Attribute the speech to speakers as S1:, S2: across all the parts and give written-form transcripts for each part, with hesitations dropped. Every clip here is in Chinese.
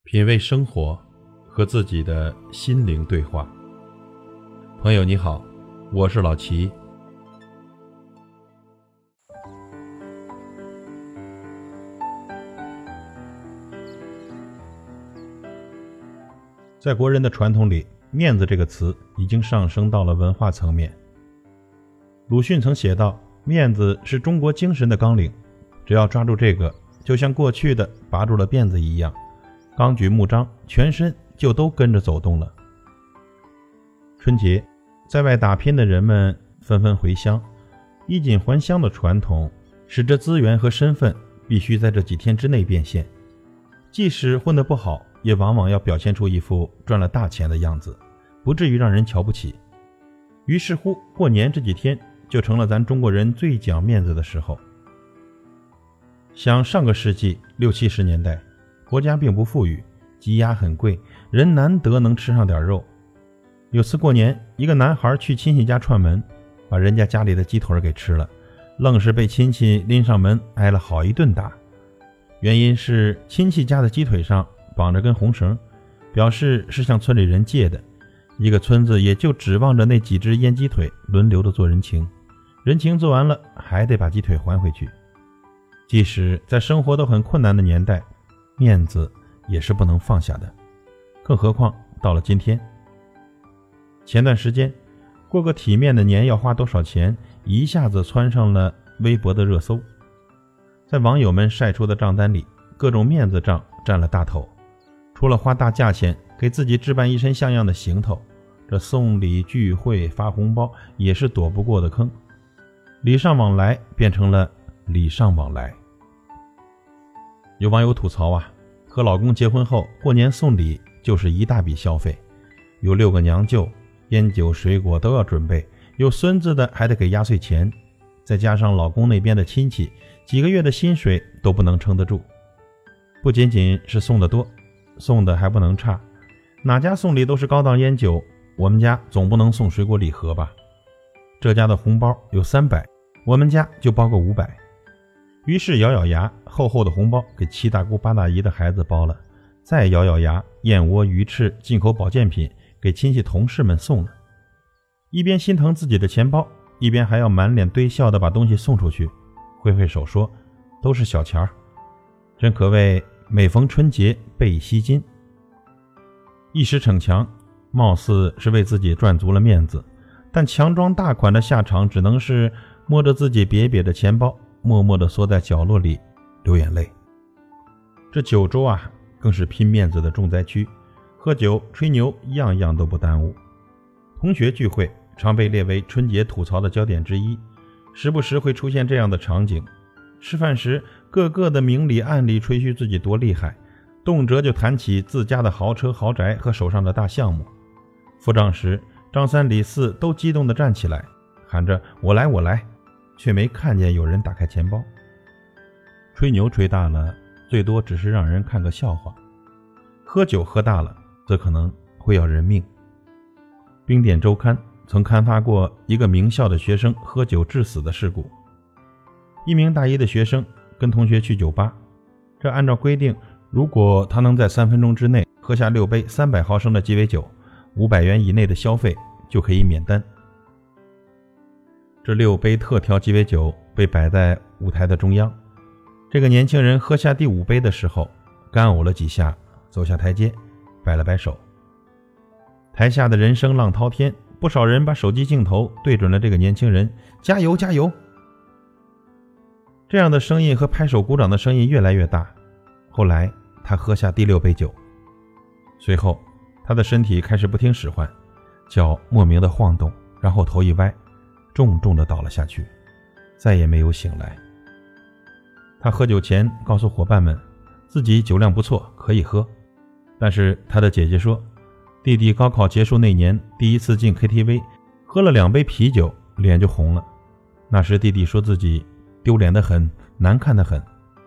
S1: 品味生活，和自己的心灵对话。朋友你好，我是老齐。在国人的传统里，面子这个词已经上升到了文化层面。鲁迅曾写道，面子是中国精神的纲领，只要抓住这个，就像过去的拔住了辫子一样，纲举目张，全身就都跟着走动了。春节，在外打拼的人们纷纷回乡，衣锦还乡的传统使这资源和身份必须在这几天之内变现，即使混得不好，也往往要表现出一副赚了大钱的样子，不至于让人瞧不起。于是乎，过年这几天就成了咱中国人最讲面子的时候。想上个世纪60、70年代，国家并不富裕，鸡鸭很贵，人难得能吃上点肉。有次过年，一个男孩去亲戚家串门，把人家家里的鸡腿给吃了，愣是被亲戚拎上门挨了好一顿打。原因是亲戚家的鸡腿上绑着根红绳，表示是向村里人借的，一个村子也就指望着那几只腌鸡腿轮流的做人情，人情做完了还得把鸡腿还回去。即使在生活都很困难的年代，面子也是不能放下的，更何况到了今天。前段时间，过个体面的年要花多少钱，一下子窜上了微博的热搜。在网友们晒出的账单里，各种面子账占了大头。除了花大价钱给自己置办一身像样的行头，这送礼聚会发红包也是躲不过的坑。礼尚往来变成了礼尚往来。有网友吐槽啊，和老公结婚后，过年送礼就是一大笔消费，有6个娘舅，烟酒水果都要准备，有孙子的还得给压岁钱，再加上老公那边的亲戚，几个月的薪水都不能撑得住。不仅仅是送得多，送的还不能差，哪家送礼都是高档烟酒，我们家总不能送水果礼盒吧？这家的红包有300，我们家就包个500。于是咬咬牙，厚厚的红包给7大姑8大姨的孩子包了，再咬咬牙，燕窝鱼翅进口保健品给亲戚同事们送了。一边心疼自己的钱包，一边还要满脸堆笑的把东西送出去，挥挥手说都是小钱儿，真可谓每逢春节倍吸金。一时逞强，貌似是为自己赚足了面子，但强装大款的下场只能是摸着自己瘪瘪的钱包，默默地缩在角落里流眼泪。这9州啊，更是拼面子的重灾区，喝酒吹牛样样都不耽误。同学聚会常被列为春节吐槽的焦点之一，时不时会出现这样的场景。吃饭时，个个的明里暗里吹嘘自己多厉害，动辄就谈起自家的豪车豪宅和手上的大项目。付账时，张三李四都激动地站起来，喊着我来我来，却没看见有人打开钱包。吹牛吹大了，最多只是让人看个笑话；喝酒喝大了，则可能会要人命。冰点周刊曾刊发过一个名校的学生喝酒致死的事故。一名大一的学生跟同学去酒吧，这按照规定，如果他能在3分钟之内喝下6杯300毫升的鸡尾酒，500元以内的消费就可以免单。这6杯特调鸡尾酒被摆在舞台的中央，这个年轻人喝下第5杯的时候，干呕了几下，走下台阶，摆了摆手。台下的人声浪滔天，不少人把手机镜头对准了这个年轻人，加油加油！这样的声音和拍手鼓掌的声音越来越大。后来他喝下第6杯酒，随后他的身体开始不听使唤，脚莫名的晃动，然后头一歪，重重的倒了下去，再也没有醒来。他喝酒前告诉伙伴们自己酒量不错，可以喝，但是他的姐姐说，弟弟高考结束那年第一次进 KTV， 喝了2杯啤酒，脸就红了。那时弟弟说自己丢脸得很，难看得很。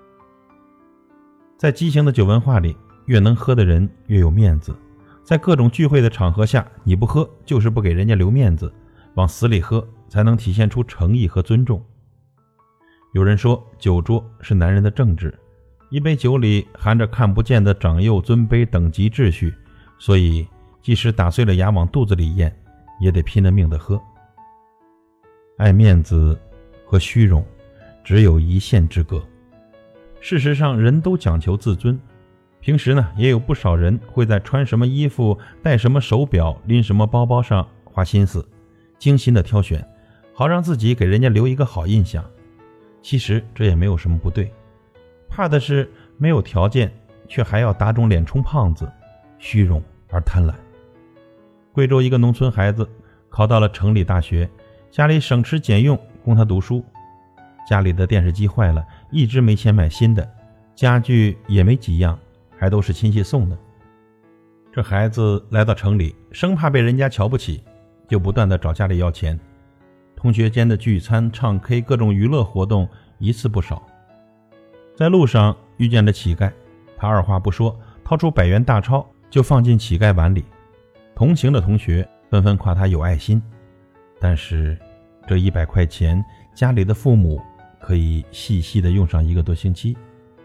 S1: 在畸形的酒文化里，越能喝的人越有面子，在各种聚会的场合下，你不喝就是不给人家留面子，往死里喝才能体现出诚意和尊重。有人说酒桌是男人的政治， 一杯酒里含着看不见的长幼尊卑等级秩序，所以即使打碎了牙往肚子里咽，也得拼了命的喝。爱面子和虚荣只有一线之隔。事实上，人都讲求自尊，平时呢，也有不少人会在穿什么衣服、戴什么手表、拎什么包包上花心思，精心的挑选，好让自己给人家留一个好印象。其实这也没有什么不对，怕的是没有条件却还要打肿脸充胖子，虚荣而贪婪。贵州一个农村孩子考到了城里大学，家里省吃俭用供他读书，家里的电视机坏了，一直没钱买新的，家具也没几样，还都是亲戚送的。这孩子来到城里，生怕被人家瞧不起，就不断地找家里要钱。同学间的聚餐、唱 K 各种娱乐活动一次不少。在路上遇见了乞丐，他二话不说，掏出100元大钞就放进乞丐碗里。同行的同学纷纷夸他有爱心，但是这100块钱，家里的父母可以细细地用上1个多星期。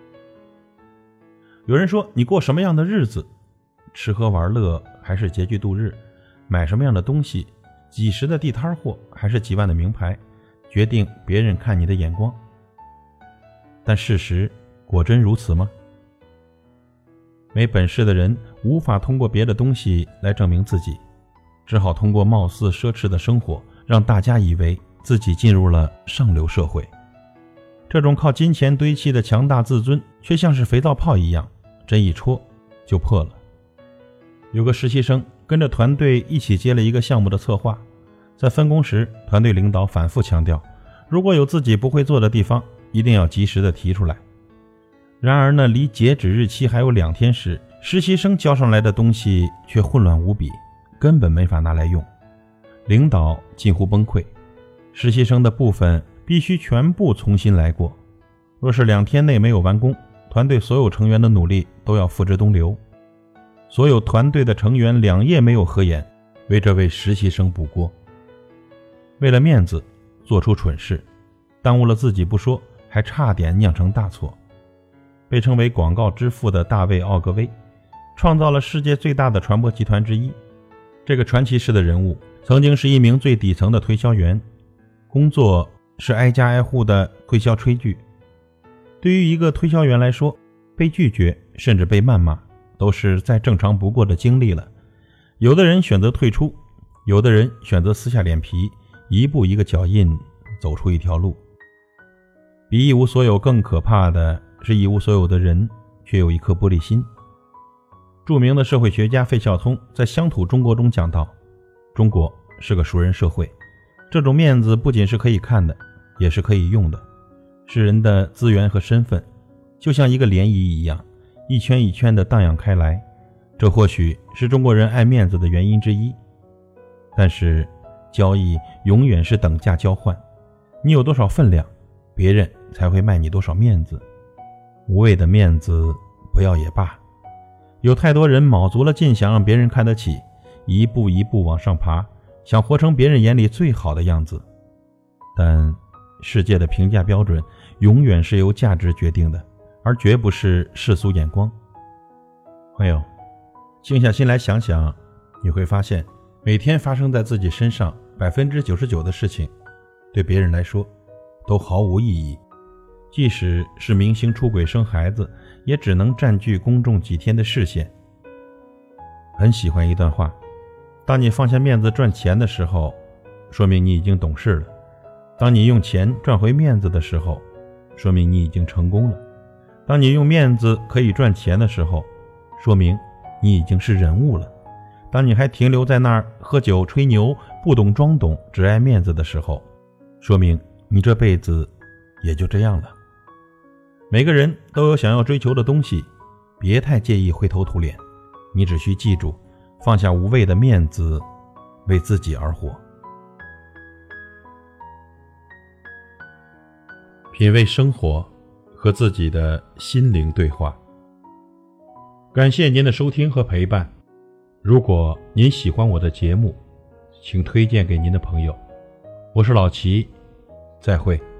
S1: 有人说，你过什么样的日子，吃喝玩乐还是拮据度日，买什么样的东西，几十的地摊货还是几万的名牌，决定别人看你的眼光。但事实果真如此吗？没本事的人无法通过别的东西来证明自己，只好通过貌似奢侈的生活，让大家以为自己进入了上流社会。这种靠金钱堆砌的强大自尊，却像是肥皂泡一样，针一戳就破了。有个实习生跟着团队一起接了一个项目的策划，在分工时，团队领导反复强调，如果有自己不会做的地方，一定要及时的提出来。然而呢，离截止日期还有2天时，实习生交上来的东西却混乱无比，根本没法拿来用。领导近乎崩溃，实习生的部分必须全部重新来过。若是2天内没有完工，团队所有成员的努力都要付之东流。所有团队的成员2夜没有合眼，为这位实习生补锅。为了面子做出蠢事，耽误了自己不说，还差点酿成大错。被称为广告之父的大卫·奥格威创造了世界最大的传播集团之一。这个传奇式的人物曾经是一名最底层的推销员，工作是挨家挨户的推销炊具。对于一个推销员来说，被拒绝甚至被谩骂都是再正常不过的经历了。有的人选择退出，有的人选择撕下脸皮，一步一个脚印走出一条路。比一无所有更可怕的是一无所有的人却有一颗玻璃心。著名的社会学家费孝通在《乡土中国》中讲到，中国是个熟人社会，这种面子不仅是可以看的，也是可以用的，是人的资源和身份，就像一个涟漪一样，一圈一圈地荡漾开来。这或许是中国人爱面子的原因之一。但是交易永远是等价交换，你有多少分量，别人才会卖你多少面子。无谓的面子不要也罢。有太多人卯足了劲想让别人看得起，一步一步往上爬，想活成别人眼里最好的样子。但世界的评价标准永远是由价值决定的，而绝不是世俗眼光。朋友，静下心来想想，你会发现每天发生在自己身上99%的事情，对别人来说都毫无意义。即使是明星出轨生孩子，也只能占据公众几天的视线。很喜欢一段话，当你放下面子赚钱的时候，说明你已经懂事了；当你用钱赚回面子的时候，说明你已经成功了；当你用面子可以赚钱的时候，说明你已经是人物了；当你还停留在那儿喝酒吹牛，不懂装懂，只爱面子的时候，说明你这辈子也就这样了。每个人都有想要追求的东西，别太介意灰头土脸，你只需记住，放下无谓的面子，为自己而活。品味生活，和自己的心灵对话。感谢您的收听和陪伴。如果您喜欢我的节目，请推荐给您的朋友。我是老齐，再会。